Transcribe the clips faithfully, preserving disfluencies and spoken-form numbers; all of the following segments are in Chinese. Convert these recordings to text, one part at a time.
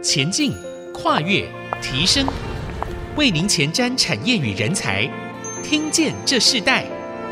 前进、跨越、提升，为您前瞻产业与人才，听见这世代。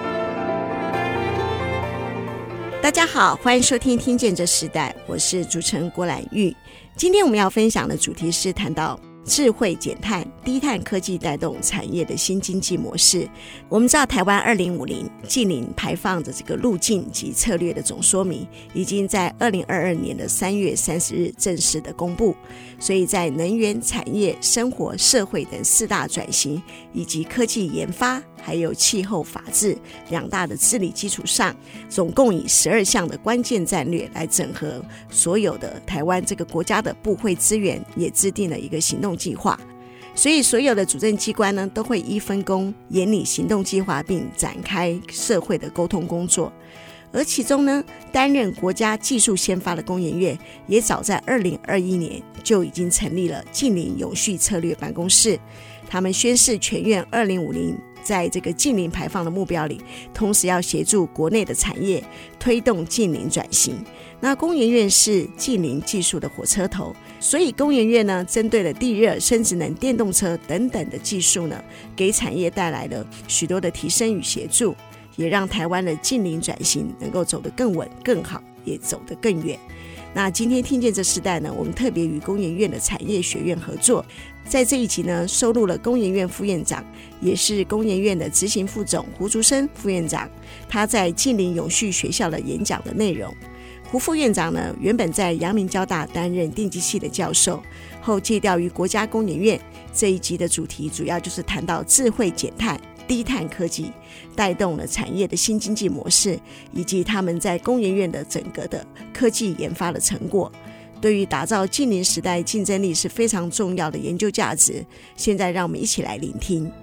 大家好，欢迎收听听见这时代，我是主持人郭兰玉。今天我们要分享的主题是谈到智慧减碳、低碳科技带动产业的新经济模式。我们知道台湾二零五零净零排放的这个路径及策略的总说明已经在二零二二年的三月三十日正式的公布，所以在能源、产业、生活、社会等四大转型以及科技研发还有气候法治两大的治理基础上，总共以十二项的关键战略来整合所有的台湾这个国家的部会资源，也制定了一个行动计划。所以所有的主政机关呢，都会依分工研拟行动计划，并展开社会的沟通工作。而其中呢，担任国家技术先发的工研院，也早在二零二一年就已经成立了净零永续策略办公室。他们宣示全院二零五零在这个净零排放的目标里，同时要协助国内的产业推动净零转型。那工研院是净零技术的火车头，所以工研院呢，针对了地热、生质能、电动车等等的技术呢，给产业带来了许多的提升与协助，也让台湾的净零转型能够走得更稳、更好，也走得更远。那今天听见这时代呢，我们特别与工研院的产业学院合作，在这一集呢，收录了工研院副院长，也是工研院的执行副总胡竹生副院长，他在净零永续学校的演讲的内容。胡副院长呢，原本在阳明交大担任电机系的教授，后借调于国家工研院。这一集的主题主要就是谈到智慧减碳、低碳科技带动了产业的新经济模式，以及他们在工研院的整个的科技研发的成果，对于打造净零时代竞争力是非常重要的研究价值。现在让我们一起来聆听。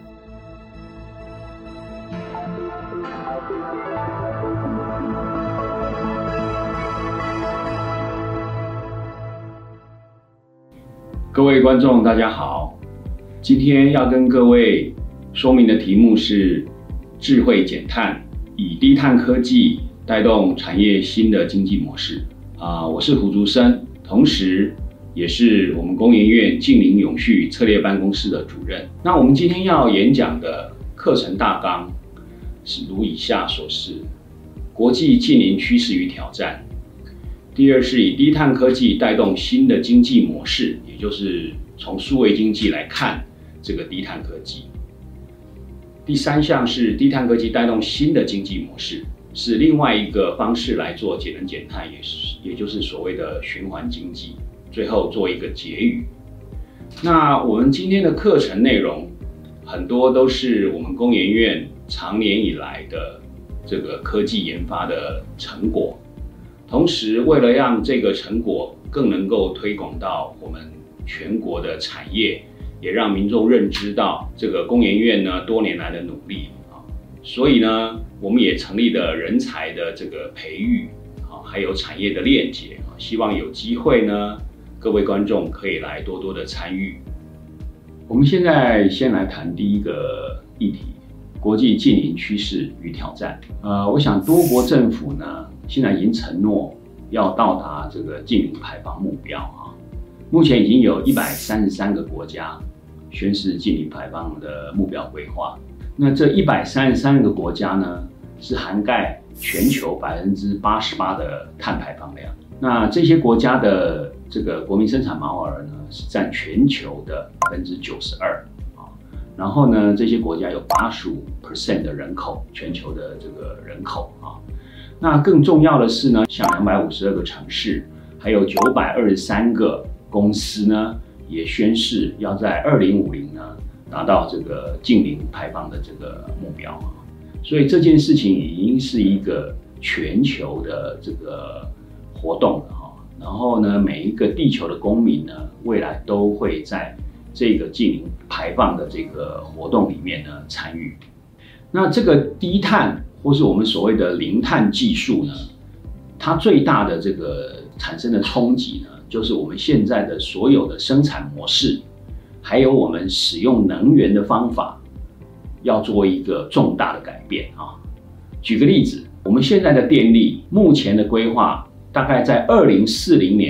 各位观众大家好，今天要跟各位说明的题目是智慧减碳，以低碳科技带动产业新的经济模式。啊、呃，我是胡竹生，同时也是我们工研院净零永续策略办公室的主任。那我们今天要演讲的课程大纲是如以下所示：国际净零趋势与挑战。第二是以低碳科技带动新的经济模式，也就是从数位经济来看这个低碳科技。第三项是低碳科技带动新的经济模式，是另外一个方式来做节能减碳，也是也就是所谓的循环经济。最后做一个结语。那我们今天的课程内容很多都是我们工研院长年以来的这个科技研发的成果。同时，为了让这个成果更能够推广到我们全国的产业，也让民众认知到这个工研院呢多年来的努力啊，所以呢，我们也成立了人才的这个培育啊，还有产业的链接啊，希望有机会呢，各位观众可以来多多的参与。我们现在先来谈第一个议题：国际净零趋势与挑战。呃，我想多国政府呢，现在已经承诺要到达这个净零排放目标啊。目前已经有一百三十三个国家宣示净零排放的目标规划。那这一百三十三个国家呢，是涵盖全球百分之八十八的碳排放量。那这些国家的这个国民生产毛额呢，是占全球的百分之九十二。然后呢，这些国家有 百分之八十五 的人口，全球的这个人口啊。那更重要的是呢，像两百五十二个城市，还有九百二十三个公司呢，也宣示要在二零五零呢达到这个净零排放的这个目标啊。所以这件事情已经是一个全球的这个活动了哈。然后呢，每一个地球的公民呢，未来都会在这个净零排放的这个活动里面呢参与。那这个低碳或是我们所谓的零碳技术呢，它最大的这个产生的冲击呢，就是我们现在的所有的生产模式，还有我们使用能源的方法，要做一个重大的改变啊。举个例子，我们现在的电力目前的规划，大概在二零四零年呢，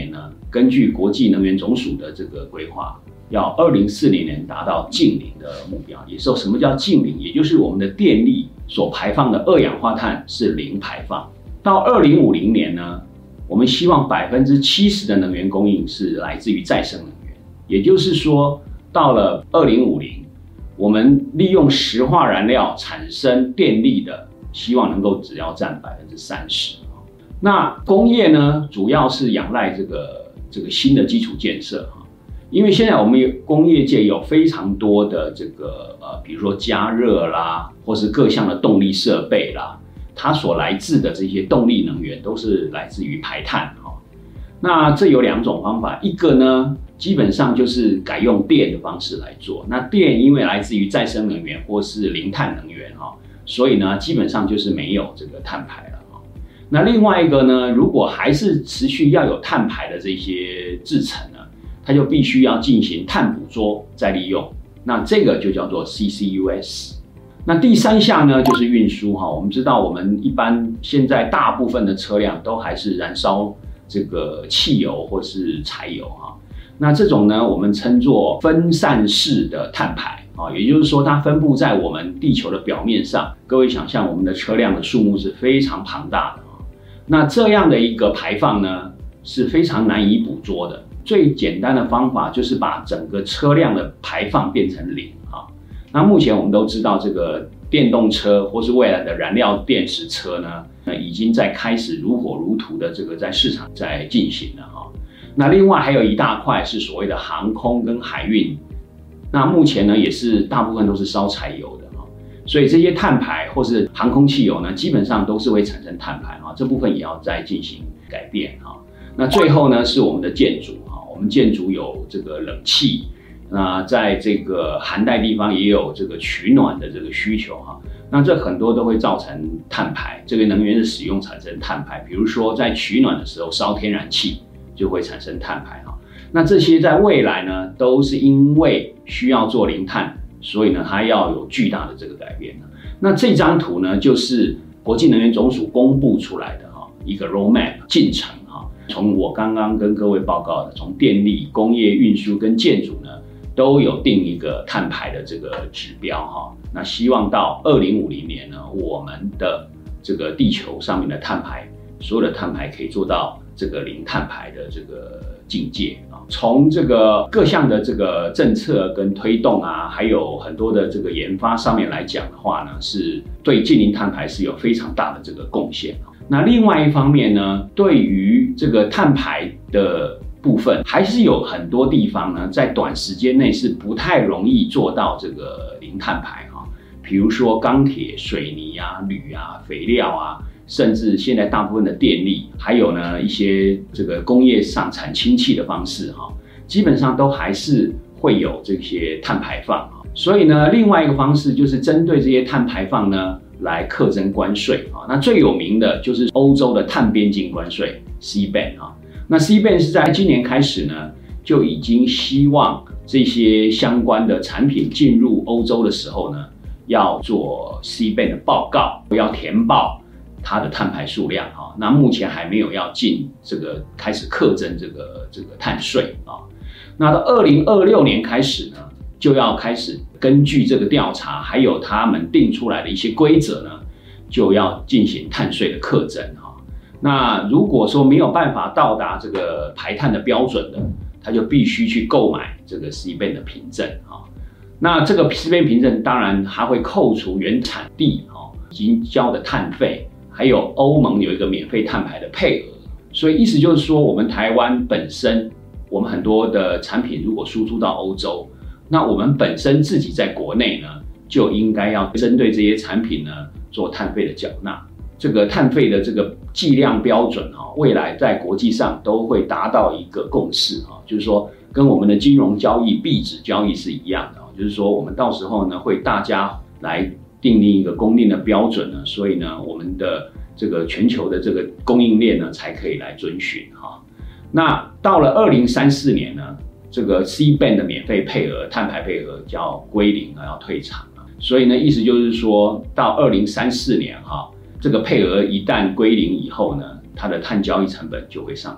根据国际能源总署的这个规划，要二零四零年达到净零的目标。也就是什么叫净零？也就是我们的电力所排放的二氧化碳是零排放。到二零五零年呢，我们希望百分之七十的能源供应是来自于再生能源。也就是说，到了二零五零，我们利用石化燃料产生电力的，希望能够只要占百分之三十。那工业呢，主要是仰赖这个这个新的基础建设哈，因为现在我们工业界有非常多的这个呃，比如说加热啦，或是各项的动力设备啦，它所来自的这些动力能源都是来自于排碳哈。那这有两种方法，一个呢，基本上就是改用电的方式来做。那电因为来自于再生能源或是零碳能源哈，所以呢，基本上就是没有这个碳排了。那另外一个呢，如果还是持续要有碳排的这些制程呢，它就必须要进行碳捕捉再利用，那这个就叫做 C C U S。 那第三项呢，就是运输哈。我们知道我们一般现在大部分的车辆都还是燃烧这个汽油或是柴油哈，那这种呢，我们称作分散式的碳排啊，也就是说它分布在我们地球的表面上。各位想象我们的车辆的数目是非常庞大的。那这样的一个排放呢，是非常难以捕捉的。最简单的方法就是把整个车辆的排放变成零啊。那目前我们都知道，这个电动车或是未来的燃料电池车呢，那已经在开始如火如荼的这个在市场在进行了哈。那另外还有一大块是所谓的航空跟海运，那目前呢也是大部分都是烧柴油的。所以这些碳排或是航空汽油呢，基本上都是会产生碳排啊，这部分也要再进行改变啊。那最后呢是我们的建筑啊，我们建筑有这个冷气，那在这个寒带地方也有这个取暖的这个需求哈。那这很多都会造成碳排，这个能源的使用产生碳排，比如说在取暖的时候烧天然气就会产生碳排哈。那这些在未来呢，都是因为需要做零碳。所以呢，它要有巨大的这个改变。那这张图呢，就是国际能源总署公布出来的哈一个 roadmap 进程哈。从我刚刚跟各位报告的，从电力、工业、运输跟建筑呢，都有定一个碳排的这个指标哈。那希望到二零五零年呢，我们的这个地球上面的碳排，所有的碳排可以做到这个零碳排的这个境界啊。从这个各项的这个政策跟推动啊，还有很多的这个研发上面来讲的话呢，是对净零碳排是有非常大的这个贡献。那另外一方面呢，对于这个碳排的部分，还是有很多地方呢，在短时间内是不太容易做到这个零碳排哈。比如说钢铁、水泥啊、铝啊、肥料啊。甚至现在大部分的电力，还有呢一些这个工业上产氢气的方式哈，基本上都还是会有这些碳排放。所以呢，另外一个方式就是针对这些碳排放呢来课征关税啊。那最有名的就是欧洲的碳边境关税 C B A N 啊。那 C B A N 是在今年开始呢就已经希望这些相关的产品进入欧洲的时候呢，要做 C B A N 的报告，要填报它的碳排数量哈。那目前还没有要进这个开始课征这个这个碳税啊。那到二零二六年开始呢，就要开始根据这个调查，还有他们定出来的一些规则呢，就要进行碳税的课征哈。那如果说没有办法到达这个排碳的标准的，他就必须去购买这个 C B A N 的凭证哈。那这个 C B A N 凭证当然还会扣除原产地哈已经交的碳费，还有欧盟有一个免费碳排的配额。所以意思就是说，我们台湾本身，我们很多的产品如果输出到欧洲，那我们本身自己在国内呢，就应该要针对这些产品呢做碳费的缴纳。这个碳费的这个计量标准哈，未来在国际上都会达到一个共识哈，就是说跟我们的金融交易、币值交易是一样的，就是说我们到时候呢会大家来订立一个公定的标准呢，所以呢我们的这个全球的这个供应链呢才可以来遵循哈。那到了二零三四年呢，这个 C B A N 的免费配额、碳排配额就要归零了，要退场了。所以呢，意思就是说到二零三四年哈，这个配额一旦归零以后呢，它的碳交易成本就会上升。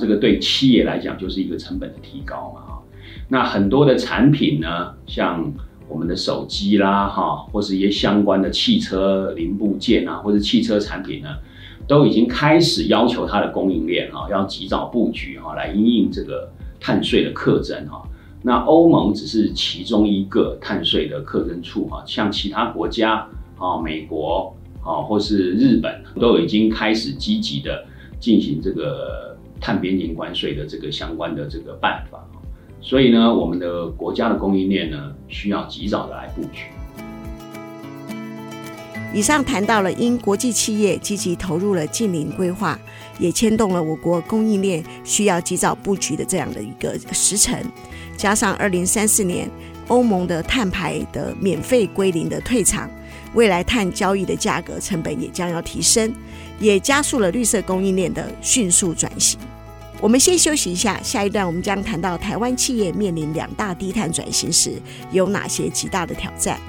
这个对企业来讲就是一个成本的提高嘛。那很多的产品呢，像我们的手机啦，哈，或是一些相关的汽车零部件啊，或是汽车产品呢，都已经开始要求它的供应链啊，要及早布局哈，来因应这个碳税的课征哈。那欧盟只是其中一个碳税的课征处哈，像其他国家啊，美国啊，或是日本，都已经开始积极的进行这个碳边境关税的这个相关的这个办法。所以呢，我们的国家的供应链呢，需要及早的来布局。 以上谈到了因国际企业积极投入了净零规划，也牵动了我国供应链需要及早布局的这样的一个时程，加上二零三四年欧盟的碳排的免费归零的退场，未来碳交易的价格成本也将要提升，也加速了绿色供应链的迅速转型。我们先休息一下，下一段我们将谈到台湾企业面临两大低碳转型时有哪些极大的挑战。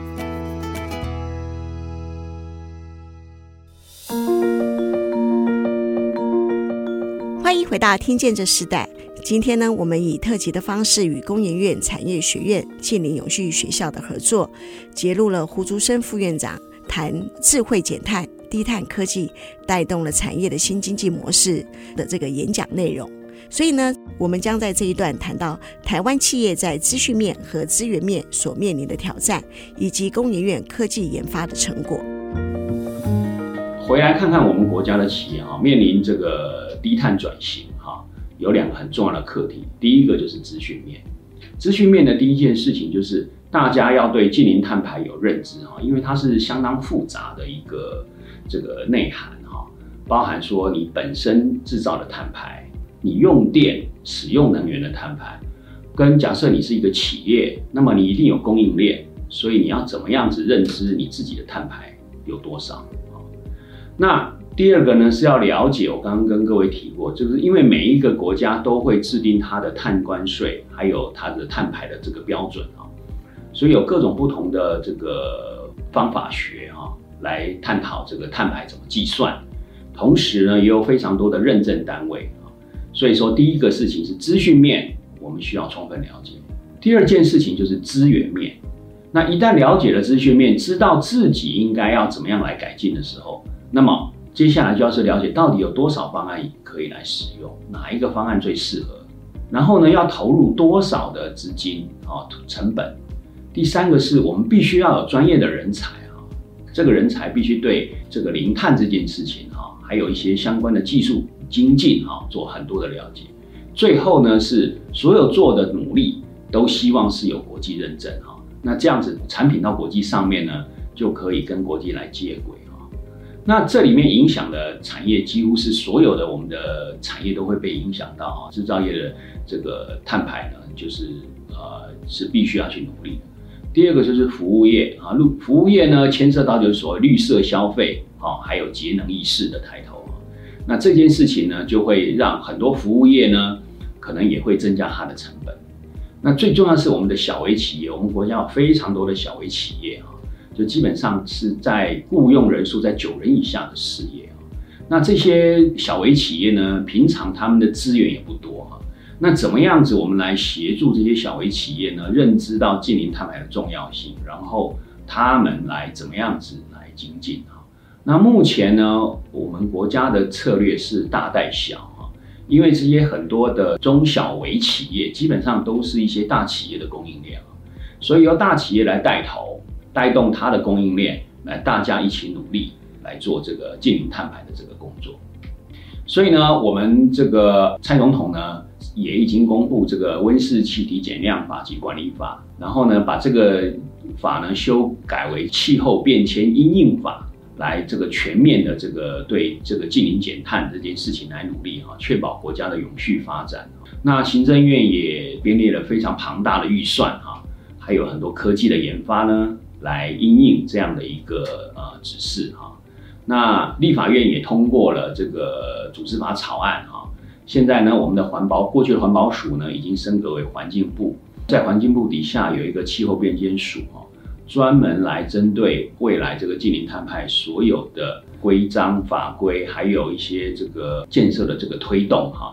欢迎回到听见这时代。今天呢，我们以特辑的方式与工研院产业学院、净零永续学校的合作，揭露了胡竹生副院长谈智慧减碳、低碳科技带动了产业的新经济模式的这个演讲内容。所以呢，我们将在这一段谈到台湾企业在资讯面和资源面所面临的挑战，以及工研院科技研发的成果。 回来看看我们国家的企业啊，面临这个低碳转型哈，有两个很重要的课题。第一个就是资讯面，资讯面的第一件事情就是大家要对净零碳排有认知哈，因为它是相当复杂的一个这个内涵哈，包含说你本身制造的碳排，你用电使用能源的碳排，跟假设你是一个企业，那么你一定有供应链，所以你要怎么样子认知你自己的碳排有多少？那第二个呢，是要了解，我刚刚跟各位提过，就是因为每一个国家都会制定它的碳关税，还有它的碳排的这个标准啊，所以有各种不同的这个方法学啊，来探讨这个碳排怎么计算。同时呢，也有非常多的认证单位啊，所以说第一个事情是资讯面，我们需要充分了解。第二件事情就是资源面。那一旦了解了资讯面，知道自己应该要怎么样来改进的时候，那么接下来就要是了解到底有多少方案可以来使用，哪一个方案最适合，然后呢要投入多少的资金啊成本。第三个是我们必须要有专业的人才啊，这个人才必须对这个零碳这件事情啊，还有一些相关的技术精进啊做很多的了解。最后呢是所有做的努力都希望是有国际认证啊，那这样子产品到国际上面呢就可以跟国际来接轨。那这里面影响的产业几乎是所有的我们的产业都会被影响到啊，制造业的这个碳排呢，就是呃是必须要去努力的。第二个就是服务业啊，服务业呢牵涉到就是所谓绿色消费啊，还有节能意识的抬头啊。那这件事情呢，就会让很多服务业呢，可能也会增加它的成本。那最重要的是我们的小微企业，我们国家有非常多的小微企业啊。就基本上是在雇用人数在九人以下的事业，那这些小微企业呢，平常他们的资源也不多哈。那怎么样子我们来协助这些小微企业呢，认知到净零碳排的重要性，然后他们来怎么样子来精进哈？那目前呢，我们国家的策略是大带小哈，因为这些很多的中小微企业基本上都是一些大企业的供应链，所以由大企业来带头。带动它的供应链，来大家一起努力来做这个净零碳排的这个工作。所以呢，我们这个蔡总统呢也已经公布这个温室气体减量法及管理法，然后呢把这个法呢修改为气候变迁因应法，来这个全面的这个对这个净零减碳这件事情来努力哈，确保国家的永续发展。那行政院也编列了非常庞大的预算哈，还有很多科技的研发呢。来因应这样的一个呃指示哈，那立法院也通过了这个组织法草案哈。现在呢，我们的环保过去的环保署呢已经升格为环境部，在环境部底下有一个气候变迁署哈，专门来针对未来这个净零碳排所有的规章法规，还有一些这个建设的这个推动哈，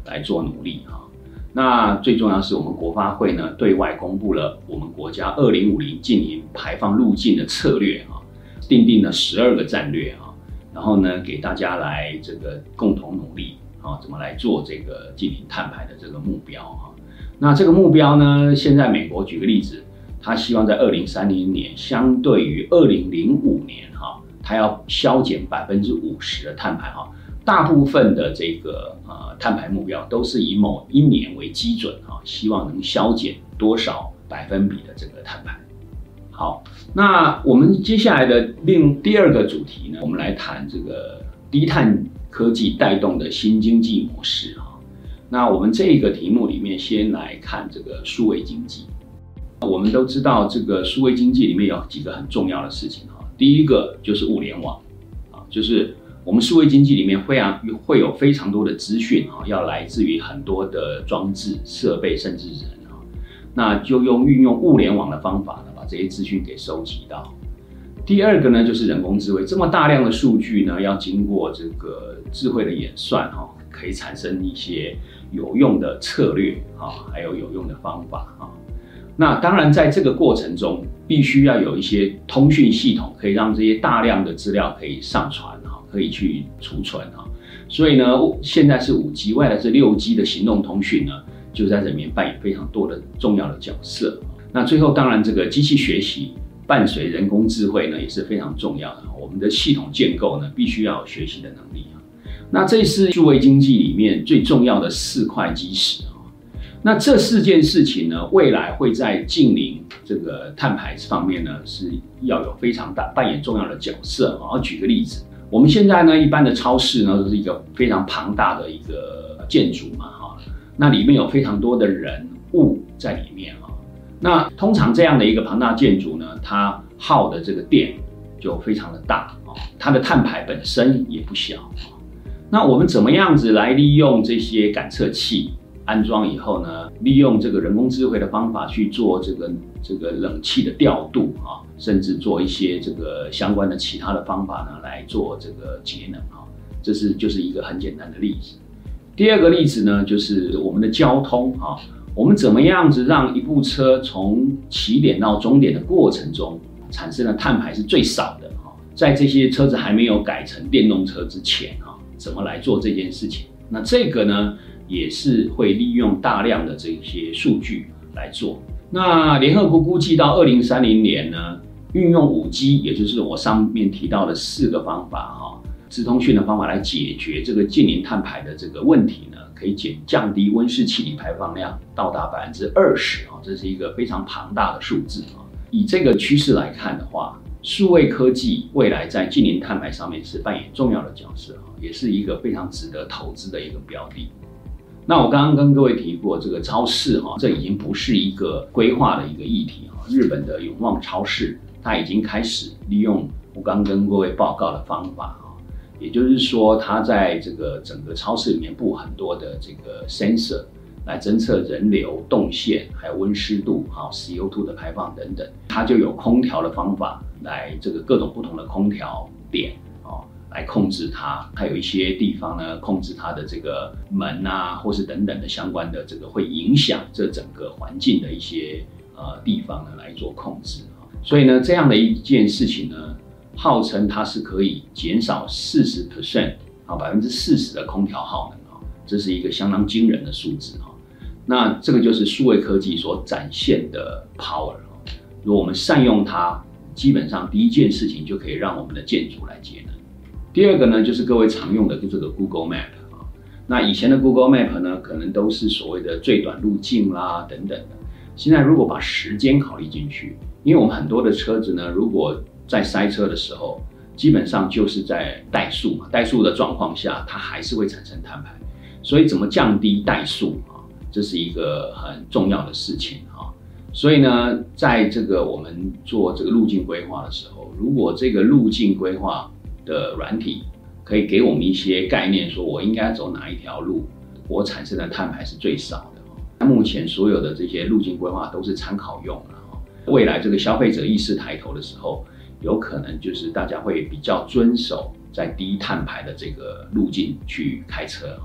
来做努力哈。那最重要是我们国发会呢对外公布了我们国家二零五零净零排放路径的策略哈，订定了十二个战略哈，然后呢给大家来这个共同努力啊，怎么来做这个净零碳排的这个目标哈。那这个目标呢，现在美国举个例子，他希望在二零三零年相对于二零零五年哈，他要削减百分之五十的碳排哈。大部分的这个呃碳排目标都是以某一年为基准哈，希望能削减多少百分比的这个碳排。好，那我们接下来的另第二个主题呢，我们来谈这个低碳科技带动的新经济模式哈。那我们这个题目里面先来看这个数位经济。我们都知道这个数位经济里面有几个很重要的事情哈。第一个就是物联网啊，就是我们数位经济里面会啊会有非常多的资讯哈，要来自于很多的装置、设备甚至人哈，那就用运用物联网的方法呢，把这些资讯给收集到。第二个呢，就是人工智慧，这么大量的数据呢，要经过这个智慧的演算哈，可以产生一些有用的策略哈，还有有用的方法哈。那当然，在这个过程中，必须要有一些通讯系统，可以让这些大量的资料可以上传哈，可以去储存哈。所以呢，现在是五 G， 未来是六 G 的行动通讯呢，就在这里面扮演非常多的重要的角色。那最后，当然这个机器学习伴随人工智慧呢，也是非常重要的。我们的系统建构呢，必须要有学习的能力。那这是数位经济里面最重要的四块基石。那这四件事情呢，未来会在净零这个碳排方面呢，是要有非常大扮演重要的角色。我举个例子，我们现在呢，一般的超市呢，都是一个非常庞大的一个建筑嘛，哈，那里面有非常多的人物在里面哈。那通常这样的一个庞大建筑呢，它耗的这个电就非常的大，它的碳排本身也不小。那我们怎么样子来利用这些感测器？安装以后呢，利用这个人工智慧的方法去做这个这个冷气的调度啊，甚至做一些这个相关的其他的方法呢，来做这个节能啊，这是就是一个很简单的例子。第二个例子呢，就是我们的交通啊，我们怎么样子让一部车从起点到终点的过程中产生的碳排是最少的啊？在这些车子还没有改成电动车之前啊，怎么来做这件事情？那这个呢？也是会利用大量的这些数据来做。那联合国估计到二零三零年呢，运用五 G， 也就是我上面提到的四个方法哈，资通讯的方法来解决这个净零碳排的这个问题呢，可以减降低温室气体排放量到达百分之二十啊，这是一个非常庞大的数字啊。以这个趋势来看的话，数位科技未来在净零碳排上面是扮演重要的角色啊，也是一个非常值得投资的一个标的。那我刚刚跟各位提过，这个超市哈，这已经不是一个规划的一个议题哈。日本的永旺超市，它已经开始利用我刚跟各位报告的方法哈，也就是说，它在这个整个超市里面布很多的这个 sensor 来侦测人流动线，还有温湿度哈 C O 二 的排放等等，它就有空调的方法来这个各种不同的空调点哦。来控制它，还有一些地方呢，控制它的这个门啊，或是等等的相关的这个会影响这整个环境的一些呃地方呢来做控制啊。所以呢，这样的一件事情呢，号称它是可以减少百分之四十啊，百分之四十的空调耗能啊，这是一个相当惊人的数字啊。那这个就是数位科技所展现的 power 啊。如果我们善用它，基本上第一件事情就可以让我们的建筑来节能。第二个呢，就是各位常用的这个 Google Map 啊。那以前的 Google Map 呢，可能都是所谓的最短路径啦等等的。现在如果把时间考虑进去，因为我们很多的车子呢，如果在塞车的时候，基本上就是在怠速嘛，怠速的状况下，它还是会产生碳排。所以怎么降低怠速啊，这是一个很重要的事情啊。所以呢，在这个我们做这个路径规划的时候，如果这个路径规划的软体可以给我们一些概念，说我应该走哪一条路，我产生的碳排是最少的。目前所有的这些路径规划都是参考用的，未来这个消费者意识抬头的时候，有可能就是大家会比较遵守在低碳排的这个路径去开车。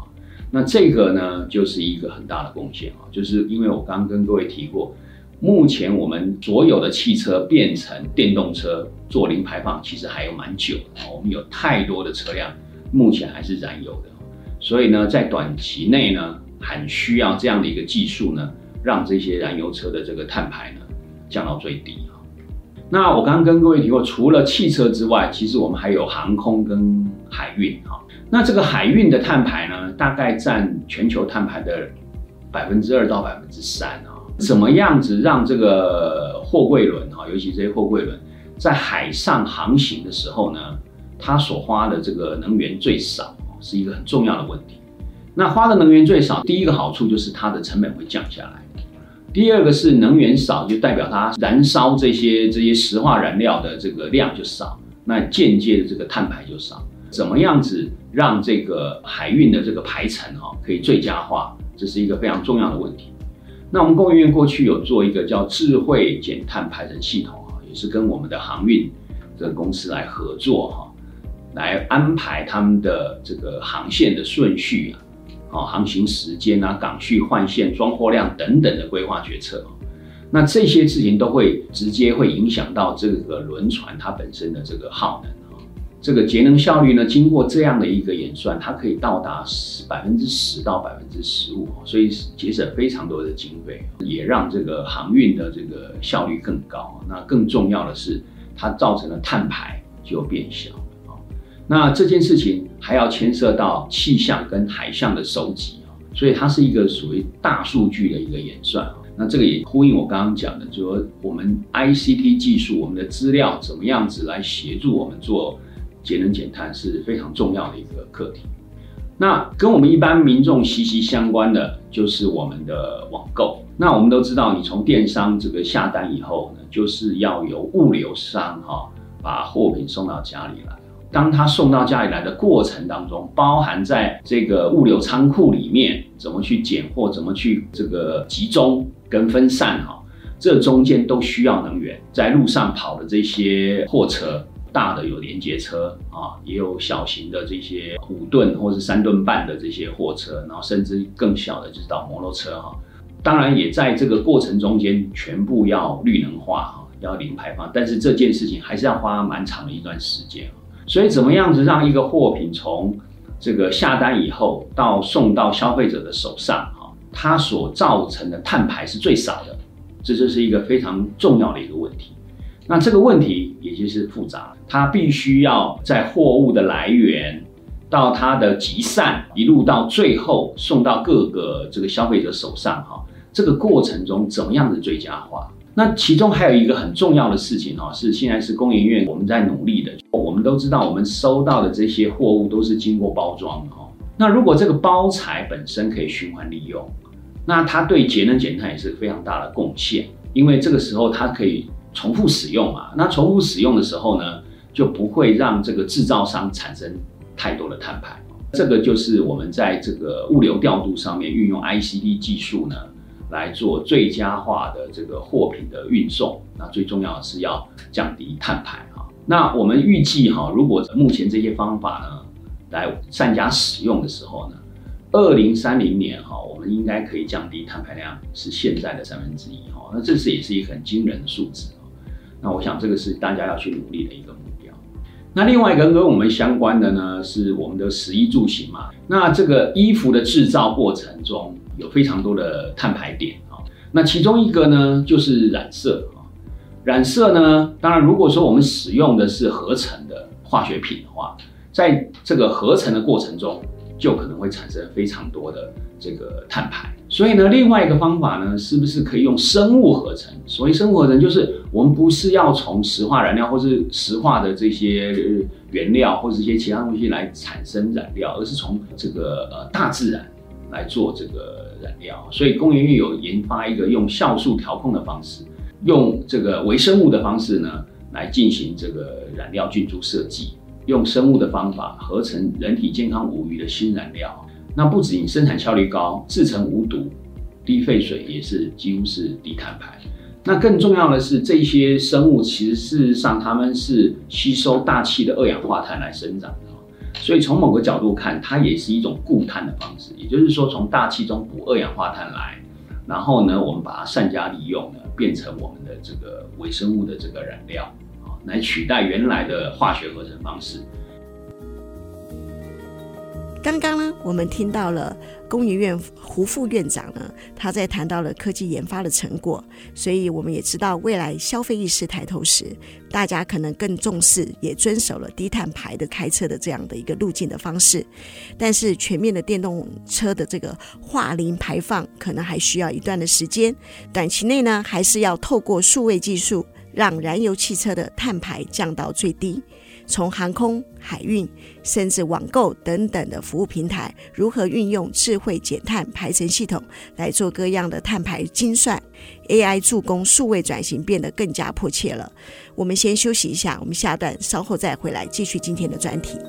那这个呢，就是一个很大的贡献啊，就是因为我刚刚跟各位提过，目前我们所有的汽车变成电动车做零排放，其实还有蛮久的，我们有太多的车辆目前还是燃油的，所以呢，在短期内呢，很需要这样的一个技术呢，让这些燃油车的这个碳排呢降到最低。那我刚刚跟各位提过，除了汽车之外，其实我们还有航空跟海运哈。那这个海运的碳排呢，大概占全球碳排的百分之二到百分之三啊。怎么样子让这个货柜轮哈，尤其这些货柜轮在海上航行的时候呢，它所花的这个能源最少，是一个很重要的问题。那花的能源最少，第一个好处就是它的成本会降下来。第二个是能源少，就代表它燃烧这些这些石化燃料的这个量就少，那间接的这个碳排就少。怎么样子让这个海运的这个排程哈可以最佳化，这是一个非常重要的问题。那我们工研院过去有做一个叫智慧减碳排程系统哈，也是跟我们的航运这个公司来合作哈，来安排他们的这个航线的顺序啊。哦，航行时间啊、港序换线、装货量等等的规划决策，那这些事情都会直接会影响到这个轮船它本身的这个耗能啊。这个节能效率呢，经过这样的一个演算，它可以到达百分之十到百分之十五，所以节省非常多的经费，也让这个航运的这个效率更高。那更重要的是，它造成的碳排就变小。那这件事情还要牵涉到气象跟海象的收集，所以它是一个属于大数据的一个演算。那这个也呼应我刚刚讲的，就是说我们 I C T 技术，我们的资料怎么样子来协助我们做节能减碳是非常重要的一个课题。那跟我们一般民众息息相关的就是我们的网购。那我们都知道，你从电商这个下单以后呢，就是要由物流商哈把货品送到家里来。当它送到家里来的过程当中，包含在这个物流仓库里面怎么去拣货，怎么去这个集中跟分散哈，这中间都需要能源。在路上跑的这些货车，大的有连接车啊，也有小型的这些五吨或是三吨半的这些货车，然后甚至更小的就是到摩托车哈。当然也在这个过程中间全部要绿能化哈，要零排放，但是这件事情还是要花蛮长的一段时间。所以怎么样子让一个货品从这个下单以后到送到消费者的手上，它所造成的碳排是最少的，这就是一个非常重要的一个问题。那这个问题也就是复杂，它必须要在货物的来源到它的集散，一路到最后送到各个这个消费者手上，这个过程中怎么样的最佳化？那其中还有一个很重要的事情哈，是现在是工研院我们在努力的。我们都知道，我们收到的这些货物都是经过包装的哈。那如果这个包材本身可以循环利用，那它对节能减碳也是非常大的贡献，因为这个时候它可以重复使用嘛。那重复使用的时候呢，就不会让这个制造商产生太多的碳排。这个就是我们在这个物流调度上面运用 I C T 技术呢，来做最佳化的这个货品的运送，那最重要的是要降低碳排哈。那我们预计哈，如果目前这些方法呢来善加使用的时候呢，二零三零年哈，我们应该可以降低碳排量是现在的三分之一哈。那这是也是一个很惊人的数字。那我想这个是大家要去努力的一个目标。那另外一个跟我们相关的呢，是我们的食衣住行嘛。那这个衣服的制造过程中，有非常多的碳排点啊，那其中一个呢就是染色啊，染色呢，当然如果说我们使用的是合成的化学品的话，在这个合成的过程中，就可能会产生非常多的这个碳排。所以呢，另外一个方法呢，是不是可以用生物合成？所谓生物合成，就是我们不是要从石化燃料或是石化的这些原料或是一些其他东西来产生染料，而是从这个呃大自然来做这个染料。所以工研院有研发一个用酵素调控的方式，用这个微生物的方式呢来进行这个染料菌株设计，用生物的方法合成人体健康无虞的新染料。那不仅生产效率高，制成无毒，低废水，也是几乎是低碳排。那更重要的是，这些生物其实事实上它们是吸收大气的二氧化碳来生长的。 所以从某个角度看，它也是一种固碳的方式，也就是说从大气中捕二氧化碳来，然后呢，我们把它善加利用呢，变成我们的这个微生物的这个染料，来取代原来的化学合成方式。 刚刚呢，我们听到了工研院胡副院长呢，他在谈到了科技研发的成果，所以我们也知道未来消费意识抬头时，大家可能更重视，也遵守了低碳排的开车的这样的一个路径的方式。但是全面的电动车的这个化零排放，可能还需要一段的时间。短期内呢，还是要透过数位技术，让燃油汽车的碳排降到最低。从航空、海运甚至网购等等的服务平台，如何运用智慧减碳排程系统来做各样的碳排精算， A I 助攻数位转型变得更加迫切了。我们先休息一下，我们下段稍后再回来继续今天的专题。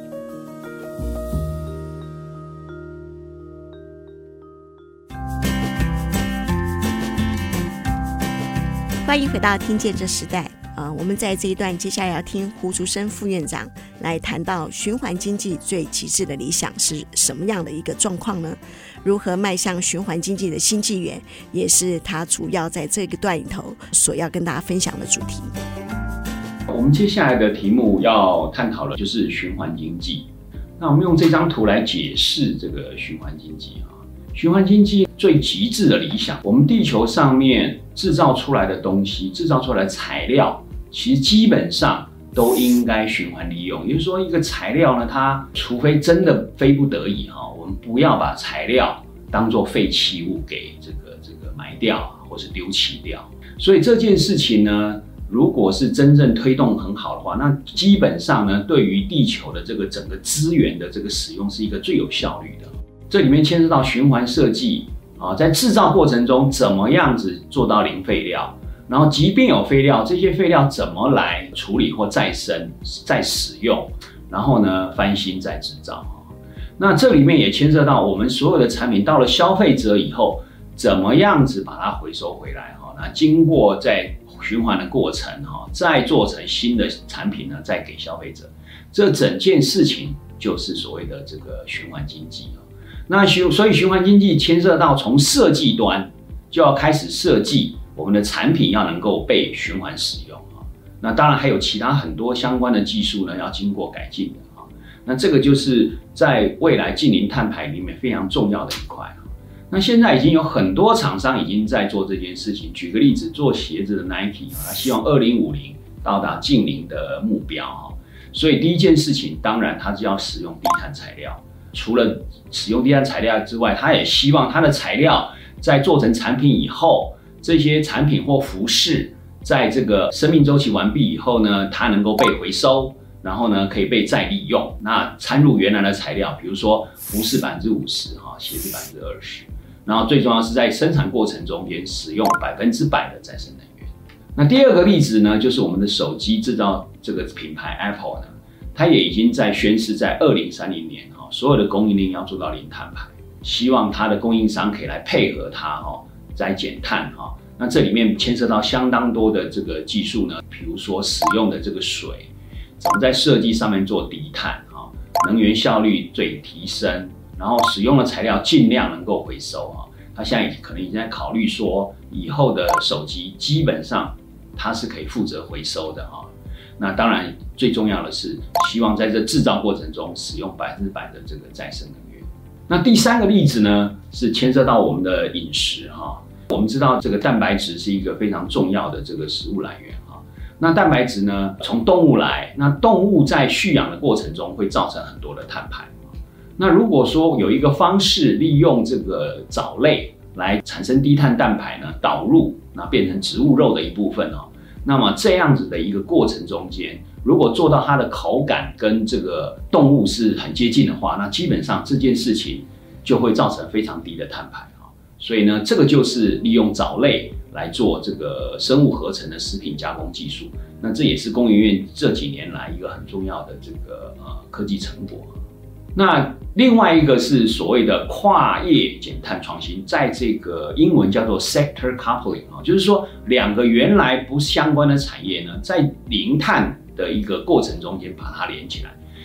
欢迎回到听见这时代。呃，我们在这一段接下来要听胡竹生副院长来谈到循环经济最极致的理想是什么样的一个状况呢？如何迈向循环经济的新纪元，也是他主要在这个段里头所要跟大家分享的主题。 我们接下来的题目要探讨的就是循环经济。那我们用这张图来解释这个循环经济啊。循环经济最极致的理想，我们地球上面制造出来的东西，制造出来的材料，其实基本上都应该循环利用。也就是说，一个材料呢，它除非真的非不得已哈，我们不要把材料当作废弃物给这个这个埋掉或是丢弃掉。所以这件事情呢，如果是真正推动很好的话，那基本上呢，对于地球的这个整个资源的这个使用是一个最有效率的。这里面牵涉到循环设计啊，在制造过程中怎么样子做到零废料，然后即便有废料，这些废料怎么来处理或再生、再使用，然后呢翻新再制造。那这里面也牵涉到我们所有的产品到了消费者以后，怎么样子把它回收回来哈？那经过在循环的过程哈，再做成新的产品呢，再给消费者。这整件事情就是所谓的这个循环经济。那所以循环经济牵涉到从设计端就要开始设计我们的产品要能够被循环使用。那当然还有其他很多相关的技术呢，要经过改进的。那这个就是在未来净零碳排里面非常重要的一块。那现在已经有很多厂商已经在做这件事情。举个例子，做鞋子的 Nike， 他希望二零五零到达净零的目标。所以第一件事情，当然它是要使用低碳材料。除了使用低碳材料之外，他也希望他的材料在做成产品以后，这些产品或服饰在这个生命周期完毕以后呢，它能够被回收，然后呢可以被再利用。那掺入原来的材料，比如说服饰百分之五十哈，鞋子百分之二十，然后最重要是在生产过程中间使用百分之百的再生能源。那第二个例子呢，就是我们的手机制造这个品牌 Apple 呢，它也已经在宣示在二零三零年。所有的供应链要做到零碳排，希望它的供应商可以来配合它哦，在减碳哈。那这里面牵涉到相当多的这个技术呢，比如说使用的这个水，怎么在设计上面做低碳哈，能源效率最提升，然后使用的材料尽量能够回收哈。它现在可能已经在考虑说，以后的手机基本上它是可以负责回收的哈。那当然，最重要的是希望在这制造过程中使用百分之百的这个再生能源。那第三个例子呢，是牵涉到我们的饮食哈。我们知道这个蛋白质是一个非常重要的这个食物来源哈。那蛋白质呢，从动物来，那动物在蓄养的过程中会造成很多的碳排。那如果说有一个方式利用这个藻类来产生低碳蛋白呢，导入那变成植物肉的一部分哈。那么这样子的一个过程中间，如果做到它的口感跟这个动物是很接近的话，那基本上这件事情就会造成非常低的碳排。所以呢，这个就是利用藻类来做这个生物合成的食品加工技术。那这也是工研院这几年来一个很重要的这个呃科技成果。那另外一个是所谓的跨业减碳创新，在这个英文叫做 sector coupling 啊，就是说两个原来不相关的产业呢，在零碳的一个过程中间把它连起来。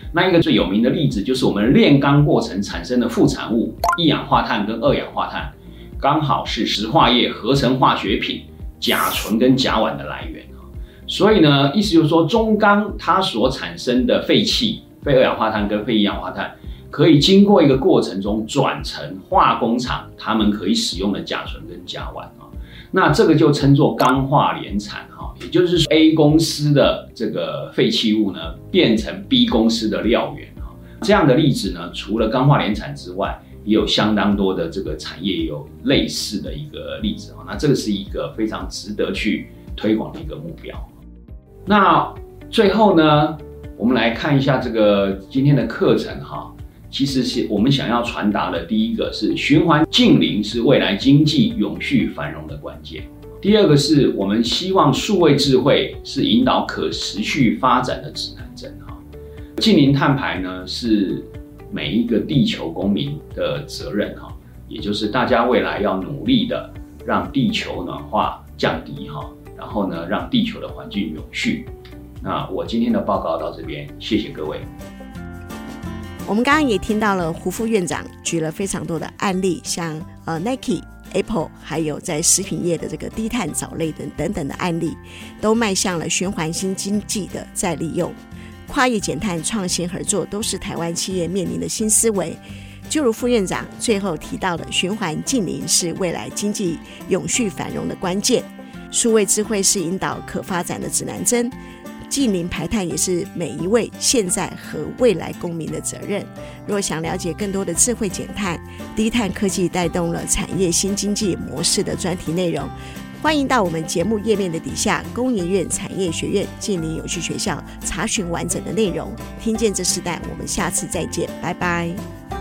那一个最有名的例子就是我们炼钢过程产生的副产物一氧化碳跟二氧化碳，刚好是石化业合成化学品甲醇跟甲烷的来源。所以呢，意思就是说，中钢它所产生的废气、废二氧化碳跟废一氧化碳，可以经过一个过程中转成化工厂他们可以使用的甲醇跟甲烷。那这个就称作钢化联产，也就是说 A 公司的这个废弃物呢，变成 B 公司的料源。这样的例子呢，除了钢化联产之外，也有相当多的这个产业有类似的一个例子。那这个是一个非常值得去推广的一个目标。那最后呢，我们来看一下这个今天的课程哈。其实是我们想要传达的，第一个是循环净零是未来经济永续繁荣的关键。第二个是我们希望数位智慧是引导可持续发展的指南针。净零碳排呢是每一个地球公民的责任，也就是大家未来要努力的让地球暖化降低，然后呢让地球的环境永续。那我今天的报告到这边，谢谢各位。 我们刚刚也听到了胡副院长举了非常多的案例，像呃 Nike、Apple， 还有在食品业的这个低碳藻类等等等的案例，都迈向了循环新经济的再利用。跨业减碳、创新合作都是台湾企业面临的新思维。就如副院长最后提到的，循环净零是未来经济永续繁荣的关键，数位智慧是引导可发展的指南针。净零排碳也是每一位现在和未来公民的责任。若想了解更多的智慧减碳、低碳科技带动了产业新经济模式的专题内容，欢迎到我们节目页面的底下工研院产业学院净零永续学校查询完整的内容。听见这时代，我们下次再见，拜拜。